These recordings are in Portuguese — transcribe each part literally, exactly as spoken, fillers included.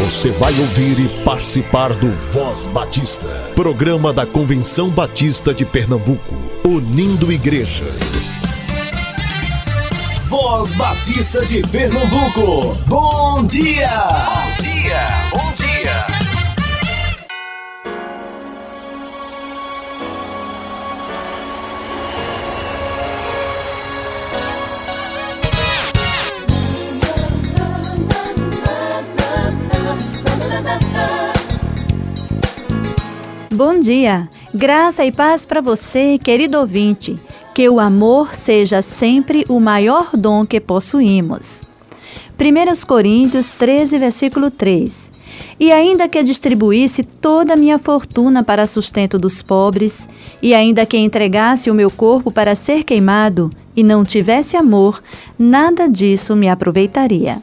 Você vai ouvir e participar do Voz Batista, programa da Convenção Batista de Pernambuco, unindo igreja. Voz Batista de Pernambuco, bom dia! Bom dia, bom dia! Bom dia, graça e paz para você, querido ouvinte, que o amor seja sempre o maior dom que possuímos. primeira Coríntios treze, versículo três. E ainda que distribuísse toda a minha fortuna para sustento dos pobres, e ainda que entregasse o meu corpo para ser queimado, e não tivesse amor, nada disso me aproveitaria.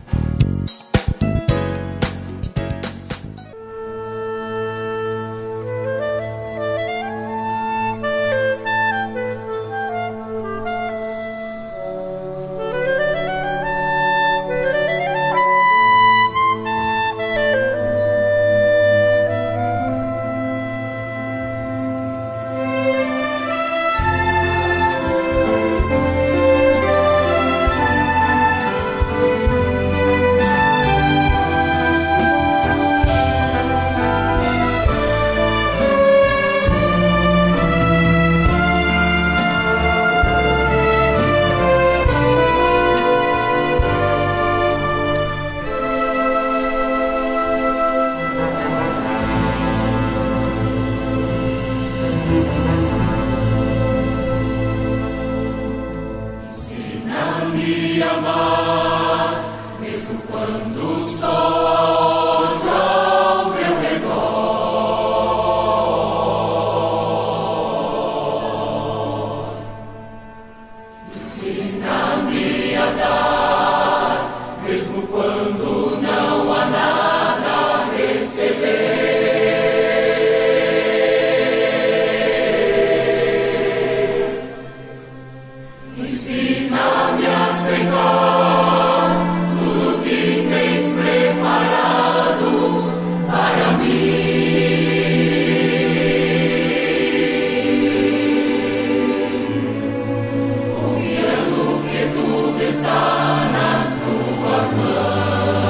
Está nas tuas mãos.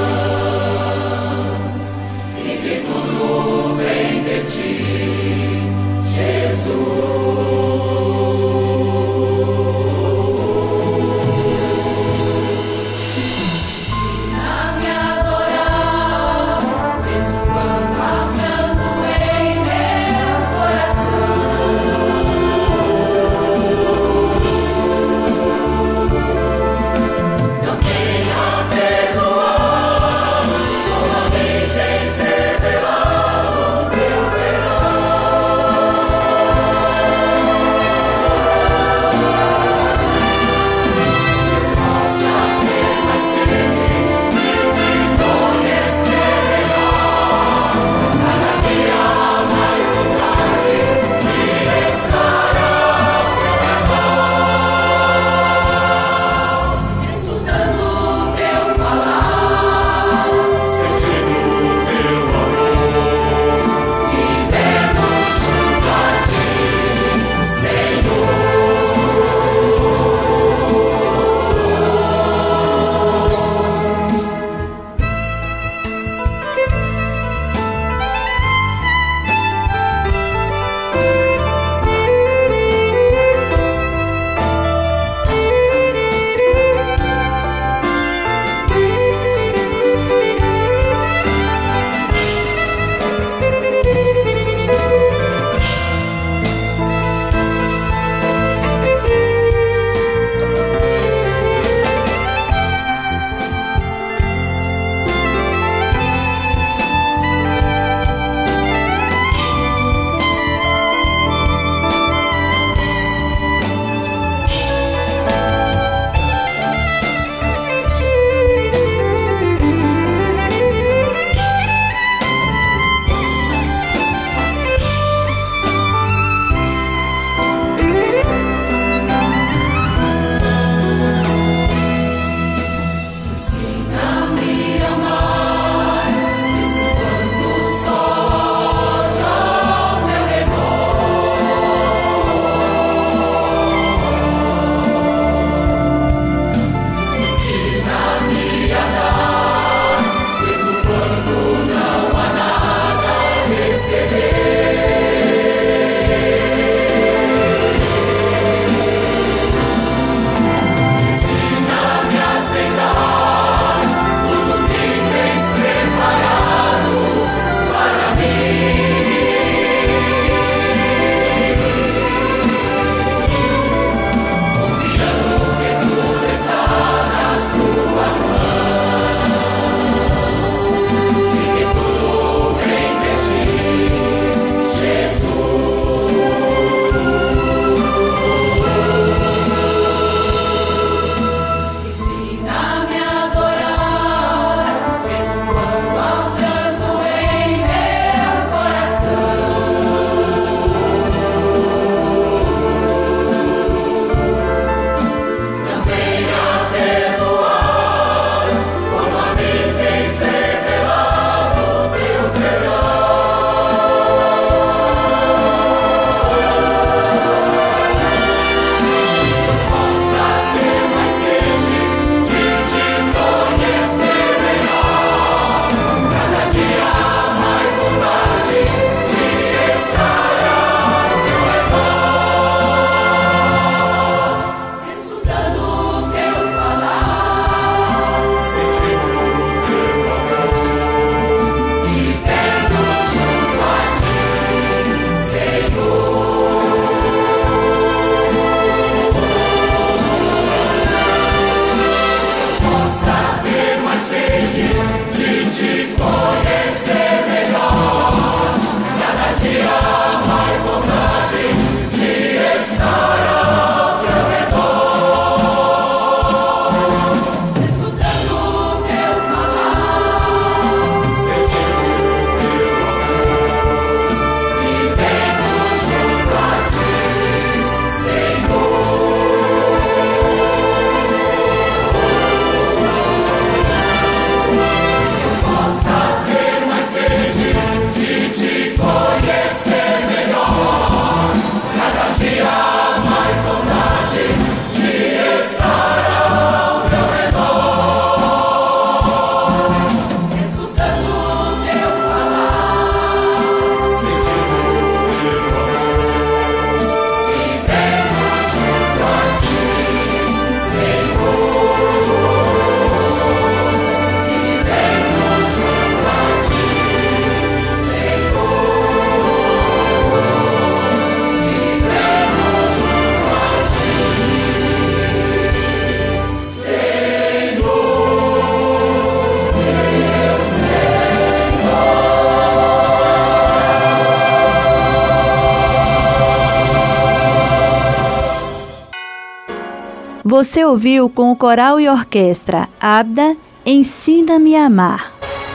Você ouviu com o coral e orquestra Abda, Ensina-me a Amar.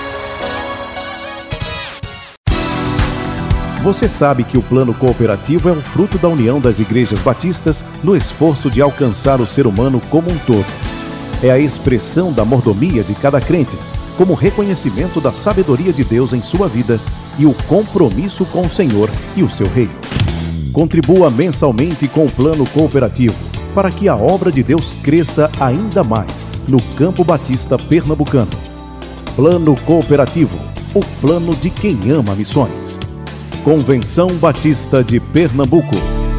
Você sabe que o plano cooperativo é um fruto da união das igrejas batistas no esforço de alcançar o ser humano como um todo. É a expressão da mordomia de cada crente, como reconhecimento da sabedoria de Deus em sua vida e o compromisso com o Senhor e o seu reino. Contribua mensalmente com o plano cooperativo, para que a obra de Deus cresça ainda mais no Campo Batista Pernambucano. Plano Cooperativo, o plano de quem ama missões. Convenção Batista de Pernambuco.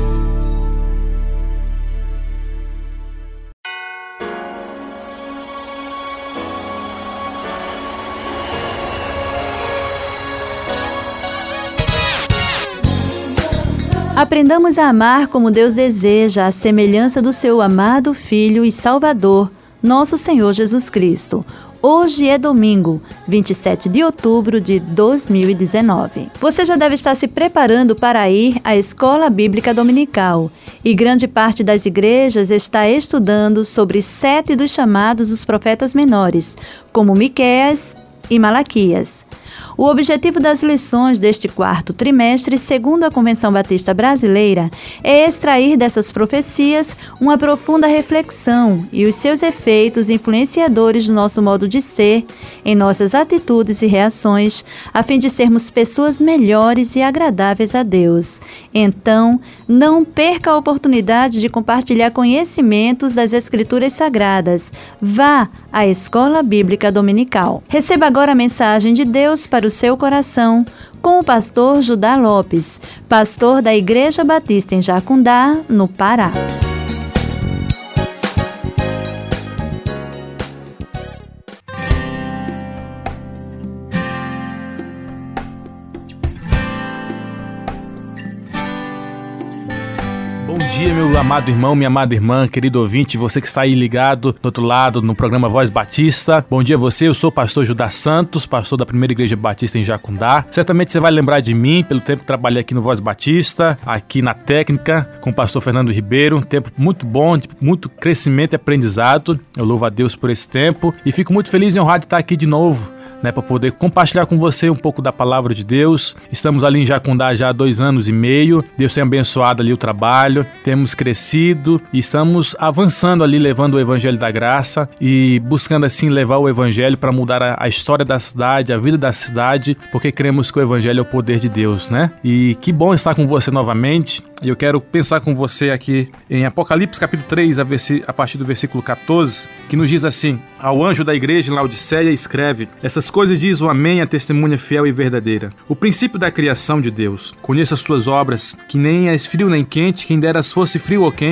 Aprendamos a amar como Deus deseja, à semelhança do seu amado Filho e Salvador, nosso Senhor Jesus Cristo. Hoje é domingo, vinte e sete de outubro de dois mil e dezenove. Você já deve estar se preparando para ir à Escola Bíblica Dominical. E grande parte das igrejas está estudando sobre sete dos chamados dos profetas menores, como Miqueias e Malaquias. O objetivo das lições deste quarto trimestre, segundo a Convenção Batista Brasileira, é extrair dessas profecias uma profunda reflexão e os seus efeitos influenciadores do nosso modo de ser, em nossas atitudes e reações, a fim de sermos pessoas melhores e agradáveis a Deus. Então, não perca a oportunidade de compartilhar conhecimentos das Escrituras Sagradas. Vá à Escola Bíblica Dominical. Receba agora a mensagem de Deus para o seu coração, com o pastor Judá Lopes, pastor da Igreja Batista em Jacundá, no Pará. Bom dia, meu amado irmão, minha amada irmã, querido ouvinte, você que está aí ligado do outro lado no programa Voz Batista. Bom dia a você, eu sou o pastor Judá Santos, pastor da Primeira Igreja Batista em Jacundá. Certamente você vai lembrar de mim pelo tempo que trabalhei aqui no Voz Batista, aqui na técnica, com o pastor Fernando Ribeiro. Um tempo muito bom, de muito crescimento e aprendizado. Eu louvo a Deus por esse tempo e fico muito feliz e honrado de estar aqui de novo, né, para poder compartilhar com você um pouco da palavra de Deus. Estamos ali em Jacundá já há dois anos e meio. Deus tem abençoado ali o trabalho, temos crescido e estamos avançando ali, levando o Evangelho da Graça e buscando assim levar o Evangelho para mudar a, a história da cidade, a vida da cidade, porque cremos que o Evangelho é o poder de Deus, né? E que bom estar com você novamente. E eu quero pensar com você aqui em Apocalipse capítulo três, a, versi- a partir do versículo catorze, que nos diz assim: ao anjo da igreja em Laodiceia escreve: essas coisas diz o Amém, a testemunha fiel e verdadeira, o princípio da criação de Deus. Conheça as tuas obras, que nem és frio nem quente, quem deras fosse frio ou quente.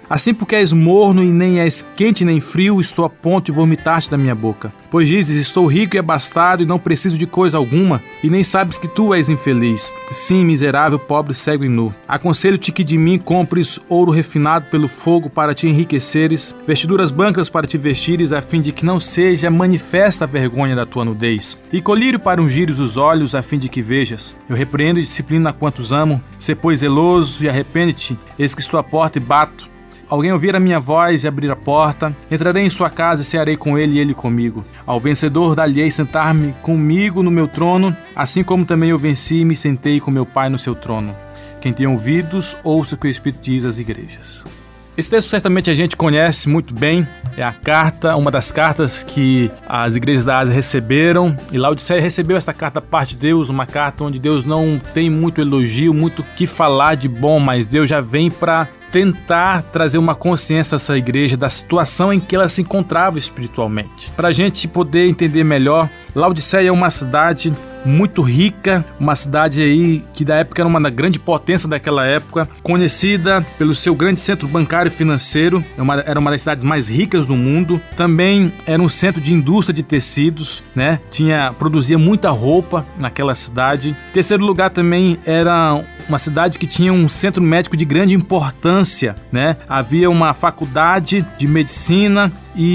Assim, porque és morno e nem és quente nem frio, estou a ponto de vomitar-te da minha boca. Pois dizes, estou rico e abastado e não preciso de coisa alguma, e nem sabes que tu és infeliz. Sim, miserável, pobre, cego e nu. Aconselho-te que de mim compres ouro refinado pelo fogo para te enriqueceres, vestiduras brancas para te vestires, a fim de que não seja manifesta a vergonha da tua nudez, e colírio para ungires os olhos, a fim de que vejas. Eu repreendo e disciplino a quantos amo. Sê, pois, zeloso e arrepende-te, eis que estou à porta e bato. Alguém ouvir a minha voz e abrir a porta, entrarei em sua casa e cearei com ele e ele comigo. Ao vencedor dar-lhe-ei sentar-me comigo no meu trono, assim como também eu venci e me sentei com meu Pai no seu trono. Quem tem ouvidos, ouça o que o Espírito diz às igrejas. Esse texto certamente a gente conhece muito bem, é a carta, uma das cartas que as igrejas da Ásia receberam, e Laodiceia recebeu esta carta da parte de Deus, uma carta onde Deus não tem muito elogio, muito o que falar de bom, mas Deus já vem para tentar trazer uma consciência a essa igreja da situação em que ela se encontrava espiritualmente. Para a gente poder entender melhor, Laodiceia é uma cidade muito rica, uma cidade aí que da época era uma grande potência daquela época, conhecida pelo seu grande centro bancário e financeiro, era uma das cidades mais ricas do mundo, também era um centro de indústria de tecidos, né? Tinha, produzia muita roupa naquela cidade. Em terceiro lugar também era uma cidade que tinha um centro médico de grande importância, né? Havia uma faculdade de medicina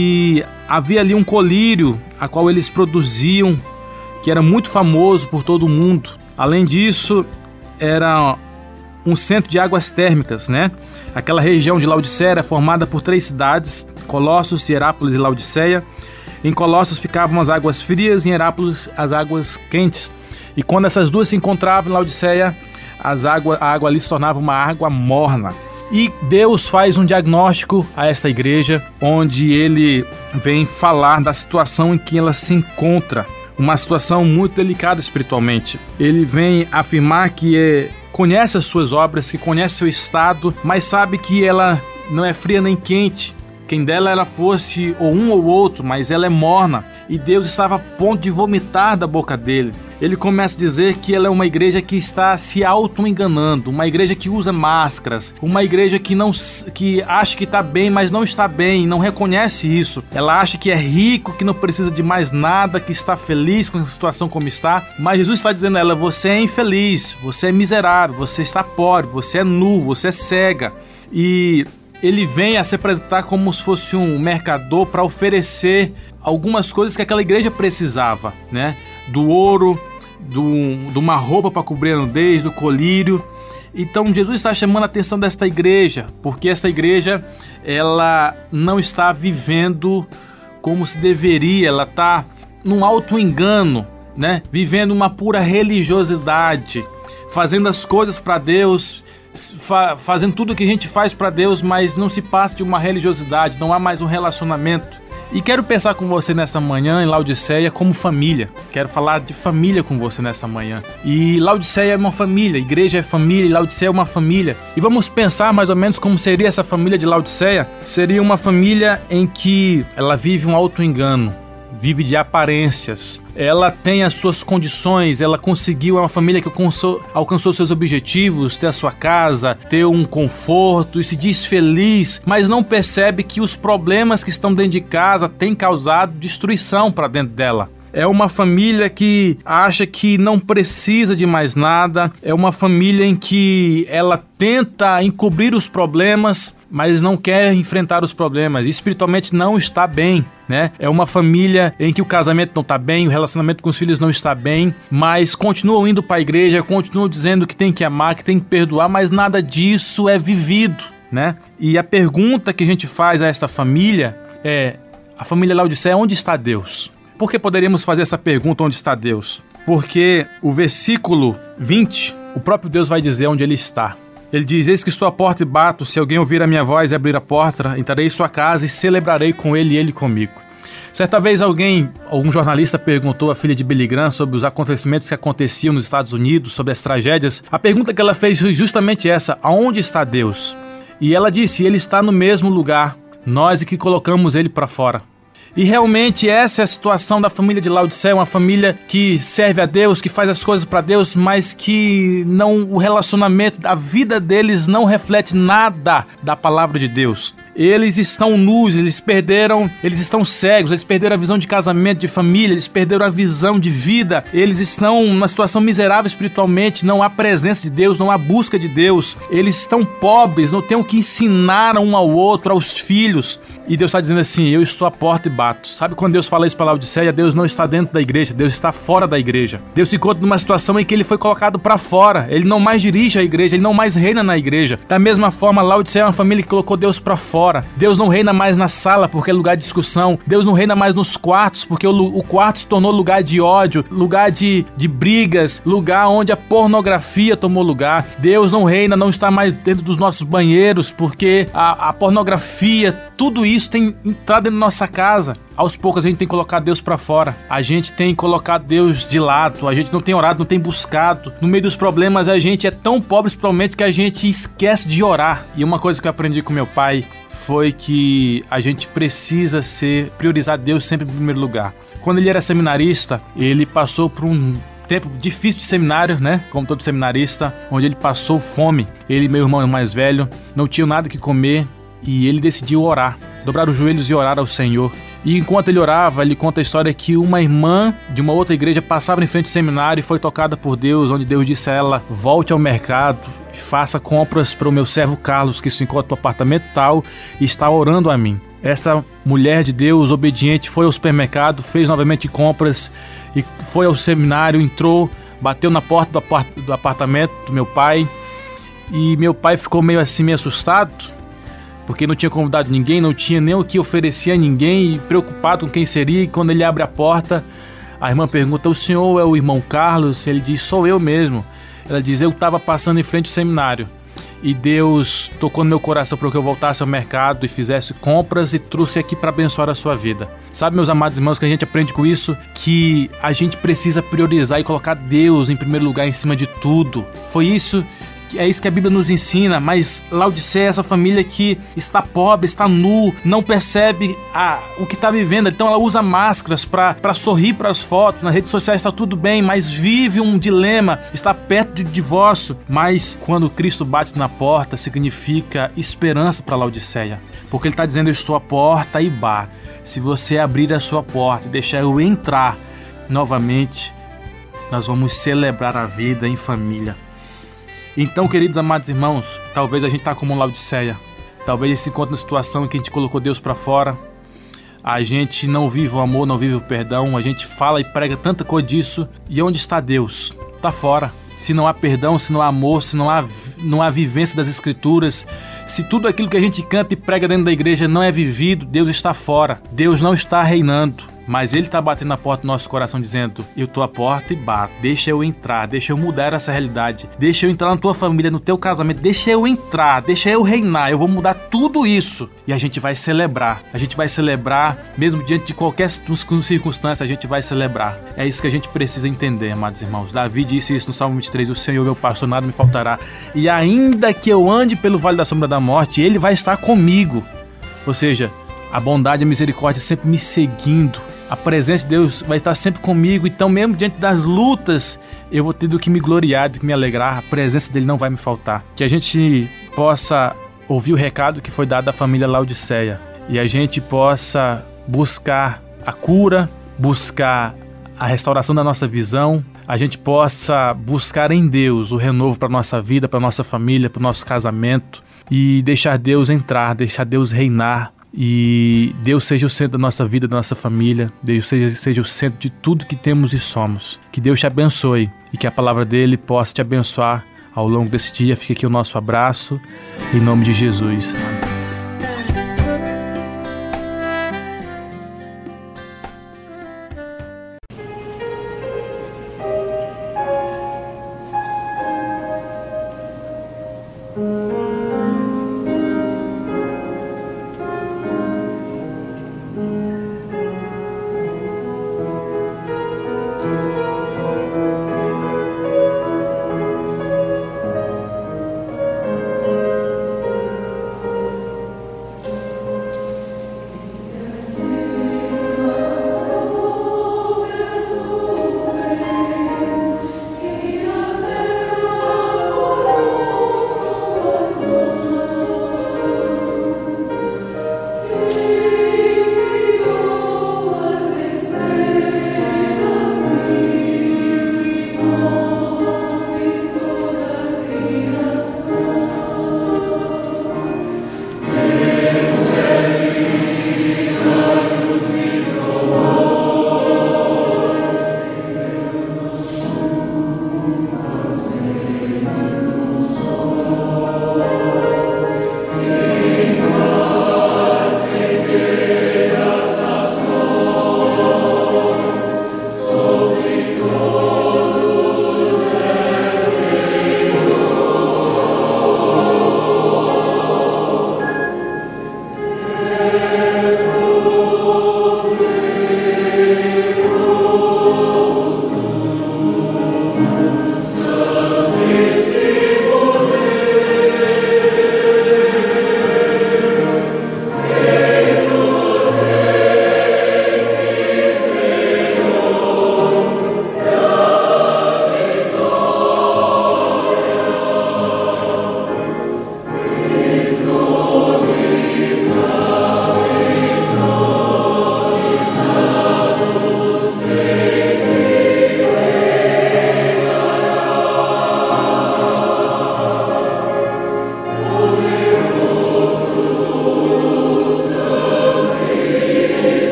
e havia ali um colírio a qual eles produziam, que era muito famoso por todo o mundo. Além disso, era um centro de águas térmicas, né? Aquela região de Laodiceia era formada por três cidades, Colossos, Hierápolis e Laodiceia. Em Colossos ficavam as águas frias e em Hierápolis as águas quentes. E quando essas duas se encontravam em Laodiceia, as água, a água ali se tornava uma água morna. E Deus faz um diagnóstico a esta igreja, onde ele vem falar da situação em que ela se encontra. Uma situação muito delicada espiritualmente. Ele vem afirmar que é, conhece as suas obras, que conhece seu estado, mas sabe que ela não é fria nem quente. Quem dela ela fosse ou um ou outro, mas ela é morna. E Deus estava a ponto de vomitar da boca dele. Ele começa a dizer que ela é uma igreja que está se auto-enganando, uma igreja que usa máscaras, uma igreja que, não, que acha que está bem, mas não está bem, não reconhece isso. Ela acha que é rico, que não precisa de mais nada, que está feliz com a situação como está, mas Jesus está dizendo a ela, você é infeliz, você é miserável, você está pobre, você é nu, você é cega. E ele vem a se apresentar como se fosse um mercador para oferecer algumas coisas que aquela igreja precisava, né? Do ouro, do, de uma roupa para cobrir a nudez, do colírio. Então Jesus está chamando a atenção desta igreja, porque essa igreja ela não está vivendo como se deveria, ela está num auto-engano, né? Vivendo uma pura religiosidade, fazendo as coisas para Deus, fa- fazendo tudo o que a gente faz para Deus, mas não se passa de uma religiosidade, não há mais um relacionamento. E quero pensar com você nessa manhã em Laodiceia como família. Quero falar de família com você nessa manhã. E Laodiceia é uma família, igreja é família e Laodiceia é uma família. E vamos pensar mais ou menos como seria essa família de Laodiceia. Seria uma família em que ela vive um auto-engano, vive de aparências. Ela tem as suas condições, ela conseguiu, é uma família que alcançou, alcançou seus objetivos, ter a sua casa, ter um conforto e se diz feliz, mas não percebe que os problemas que estão dentro de casa têm causado destruição para dentro dela. É uma família que acha que não precisa de mais nada, é uma família em que ela tenta encobrir os problemas, mas não quer enfrentar os problemas, espiritualmente não está bem, né? É uma família em que o casamento não está bem, o relacionamento com os filhos não está bem, mas continuam indo para a igreja, continuam dizendo que tem que amar, que tem que perdoar, mas nada disso é vivido, né? E a pergunta que a gente faz a esta família é, a família Laodiceia, onde está Deus? Por que poderíamos fazer essa pergunta, onde está Deus? Porque o versículo vinte, o próprio Deus vai dizer onde ele está. Ele diz, eis que estou à porta e bato, se alguém ouvir a minha voz e abrir a porta, entrarei em sua casa e celebrarei com ele e ele comigo. Certa vez alguém, algum jornalista perguntou à filha de Billy Graham sobre os acontecimentos que aconteciam nos Estados Unidos, sobre as tragédias. A pergunta que ela fez foi justamente essa, aonde está Deus? E ela disse, ele está no mesmo lugar, nós é que colocamos ele para fora. E realmente essa é a situação da família de Laodiceia, uma família que serve a Deus, que faz as coisas para Deus, mas que não, o relacionamento, a vida deles não reflete nada da palavra de Deus. Eles estão nus, eles perderam, eles estão cegos, eles perderam a visão de casamento, de família, eles perderam a visão de vida, eles estão numa situação miserável espiritualmente, não há presença de Deus, não há busca de Deus, eles estão pobres, não têm o que ensinar um ao outro, aos filhos. E Deus está dizendo assim, eu estou à porta e bato. Sabe quando Deus fala isso para Laodiceia? Deus não está dentro da igreja, Deus está fora da igreja. Deus se encontra numa situação em que ele foi colocado para fora, ele não mais dirige a igreja, ele não mais reina na igreja. Da mesma forma, Laodiceia é uma família que colocou Deus para fora. Deus não reina mais na sala porque é lugar de discussão. Deus não reina mais nos quartos porque o, o quarto se tornou lugar de ódio, lugar de, de brigas, lugar onde a pornografia tomou lugar. Deus não reina, não está mais dentro dos nossos banheiros porque a, a pornografia, tudo isso tem entrado dentro da nossa casa. Aos poucos a gente tem colocado Deus pra fora. A gente tem colocado Deus de lado. A gente não tem orado, não tem buscado. No meio dos problemas a gente é tão pobre espiritualmente que a gente esquece de orar. E uma coisa que eu aprendi com meu pai foi que a gente precisa ser, priorizar Deus sempre em primeiro lugar. Quando ele era seminarista, ele passou por um tempo difícil de seminário, né? Como todo seminarista, onde ele passou fome. Ele e meu irmão mais velho não tinham nada que comer e ele decidiu orar. Dobrar os joelhos e orar ao Senhor. E enquanto ele orava, ele conta a história que uma irmã de uma outra igreja passava em frente ao seminário e foi tocada por Deus, onde Deus disse a ela, volte ao mercado e faça compras para o meu servo Carlos, que se encontra no apartamento tal e está orando a mim. Esta mulher de Deus, obediente, foi ao supermercado, fez novamente compras e foi ao seminário, entrou, bateu na porta do, apart- do apartamento do meu pai e meu pai ficou meio assim, meio assustado, porque não tinha convidado ninguém, não tinha nem o que oferecer a ninguém, e preocupado com quem seria. E quando ele abre a porta, a irmã pergunta, o senhor é o irmão Carlos? Ele diz, sou eu mesmo. Ela diz, eu estava passando em frente ao seminário e Deus tocou no meu coração para que eu voltasse ao mercado e fizesse compras e trouxe aqui para abençoar a sua vida. Sabe, meus amados irmãos, que a gente aprende com isso? Que a gente precisa priorizar e colocar Deus em primeiro lugar em cima de tudo. Foi isso É isso que a Bíblia nos ensina, mas Laodiceia é essa família que está pobre, está nu, não percebe a, o que está vivendo, então ela usa máscaras para sorrir para as fotos, nas redes sociais está tudo bem, mas vive um dilema, está perto de divórcio, mas quando Cristo bate na porta, significa esperança para Laodiceia, porque ele está dizendo, eu estou à porta e bato, se você abrir a sua porta e deixar eu entrar novamente, nós vamos celebrar a vida em família. Então, queridos amados irmãos, talvez a gente está como Laodiceia. Talvez a gente se encontre na situação em que a gente colocou Deus para fora. A gente não vive o amor, não vive o perdão. A gente fala e prega tanta coisa disso. E onde está Deus? Está fora. Se não há perdão, se não há amor, se não há, não há vivência das Escrituras, se tudo aquilo que a gente canta e prega dentro da igreja não é vivido, Deus está fora. Deus não está reinando. Mas Ele está batendo na porta do nosso coração dizendo, eu estou à porta e bato, deixa eu entrar, deixa eu mudar essa realidade, deixa eu entrar na tua família, no teu casamento, deixa eu entrar, deixa eu reinar, eu vou mudar tudo isso. E a gente vai celebrar, a gente vai celebrar, mesmo diante de qualquer circunstância, a gente vai celebrar. É isso que a gente precisa entender, amados irmãos. Davi disse isso no Salmo vinte e três, o Senhor meu pastor, nada me faltará. E ainda que eu ande pelo vale da sombra da morte, Ele vai estar comigo. Ou seja, a bondade e a misericórdia sempre me seguindo. A presença de Deus vai estar sempre comigo, então mesmo diante das lutas, eu vou ter do que me gloriar, do que me alegrar, a presença dele não vai me faltar. Que a gente possa ouvir o recado que foi dado à família Laodiceia e a gente possa buscar a cura, buscar a restauração da nossa visão, a gente possa buscar em Deus o renovo para a nossa vida, para a nossa família, para o nosso casamento e deixar Deus entrar, deixar Deus reinar. E Deus seja o centro da nossa vida, da nossa família. Deus seja, seja o centro de tudo que temos e somos. Que Deus te abençoe e que a palavra dele possa te abençoar ao longo desse dia. Fica aqui o nosso abraço, em nome de Jesus. Amém.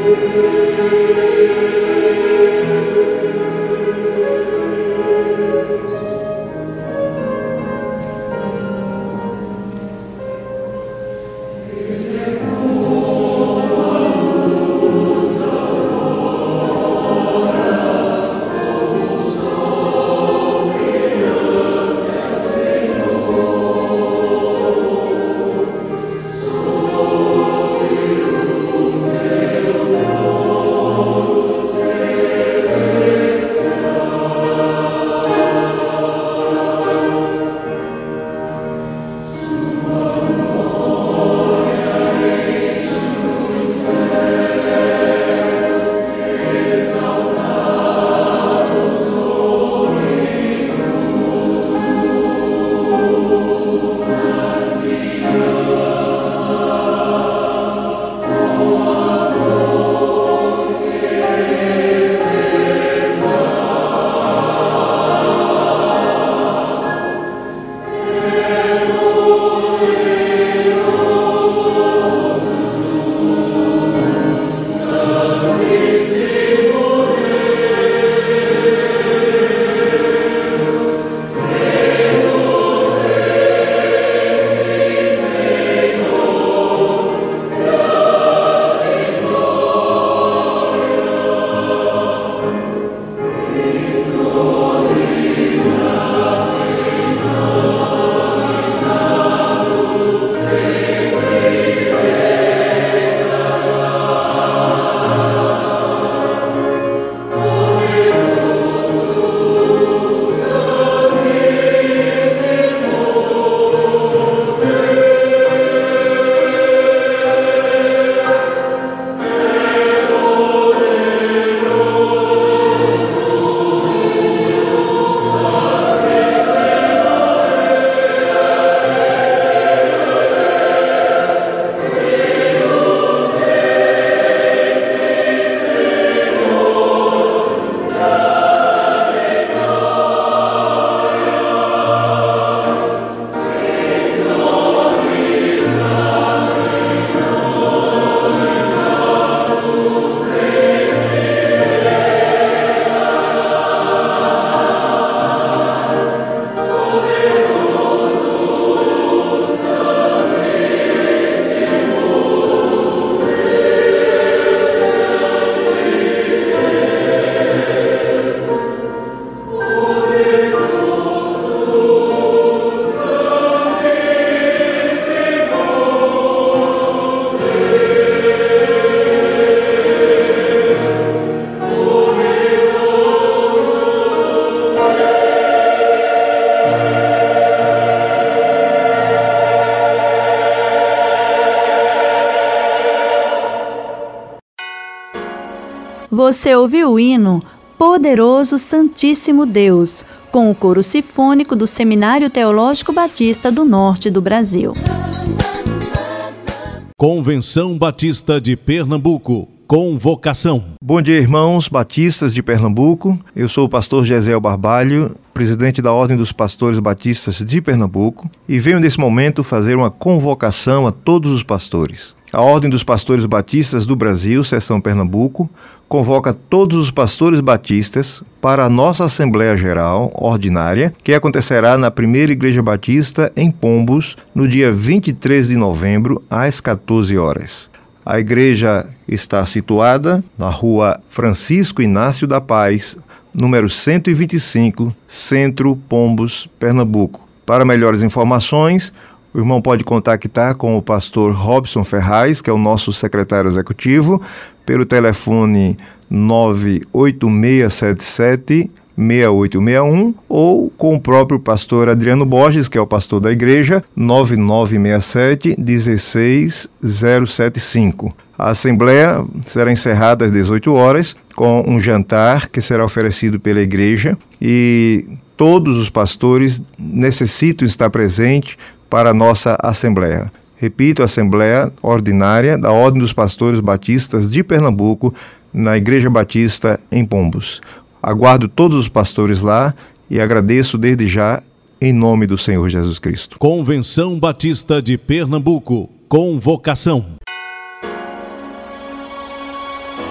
Você ouviu o hino Poderoso Santíssimo Deus, com o coro sinfônico do Seminário Teológico Batista do Norte do Brasil. Convenção Batista de Pernambuco. Convocação. Bom dia, irmãos batistas de Pernambuco. Eu sou o pastor Gesiel Barbalho, presidente da Ordem dos Pastores Batistas de Pernambuco, e venho nesse momento fazer uma convocação a todos os pastores. A Ordem dos Pastores Batistas do Brasil, Seção Pernambuco, convoca todos os pastores batistas para a nossa Assembleia Geral Ordinária, que acontecerá na Primeira Igreja Batista em Pombos, no dia vinte e três de novembro, às quatorze horas. A igreja está situada na rua Francisco Inácio da Paz, número cento e vinte e cinco, Centro, Pombos, Pernambuco. Para melhores informações, o irmão pode contactar com o pastor Robson Ferraz, que é o nosso secretário executivo, pelo telefone nove oito seis sete sete, seis oito seis um, ou com o próprio pastor Adriano Borges, que é o pastor da igreja, nove nove seis sete, um seis zero sete cinco. A assembleia será encerrada às dezoito horas, com um jantar que será oferecido pela igreja, e todos os pastores necessitam estar presentes para a nossa assembleia. Repito, a Assembleia Ordinária da Ordem dos Pastores Batistas de Pernambuco, na Igreja Batista em Pombos. Aguardo todos os pastores lá e agradeço desde já em nome do Senhor Jesus Cristo. Convenção Batista de Pernambuco. Convocação.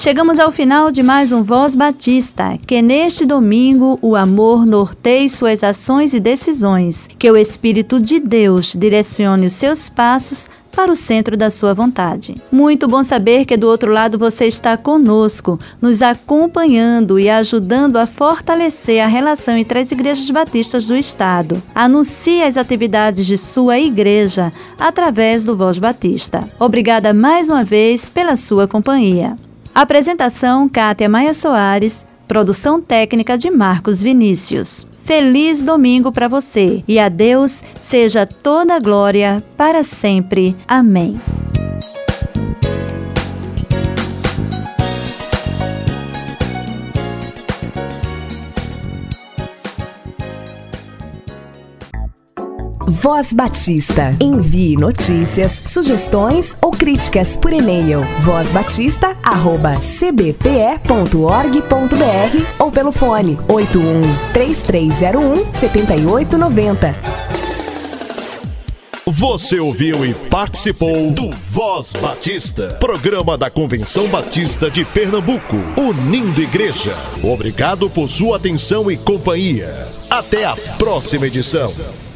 Chegamos ao final de mais um Voz Batista. Que neste domingo o amor norteie suas ações e decisões. Que o Espírito de Deus direcione os seus passos para o centro da sua vontade. Muito bom saber que do outro lado você está conosco, nos acompanhando e ajudando a fortalecer a relação entre as igrejas batistas do estado. Anuncie as atividades de sua igreja através do Voz Batista. Obrigada mais uma vez pela sua companhia. Apresentação: Kátia Maia Soares. Produção técnica de Marcos Vinícius. Feliz domingo para você e a Deus seja toda a glória para sempre. Amém. Voz Batista. Envie notícias, sugestões ou críticas por e-mail. voz batista arroba c b p e ponto org ponto b r ou pelo fone oito um, três três zero um, sete oito nove zero. Você ouviu e participou do Voz Batista, programa da Convenção Batista de Pernambuco, unindo igreja. Obrigado por sua atenção e companhia. Até a próxima edição.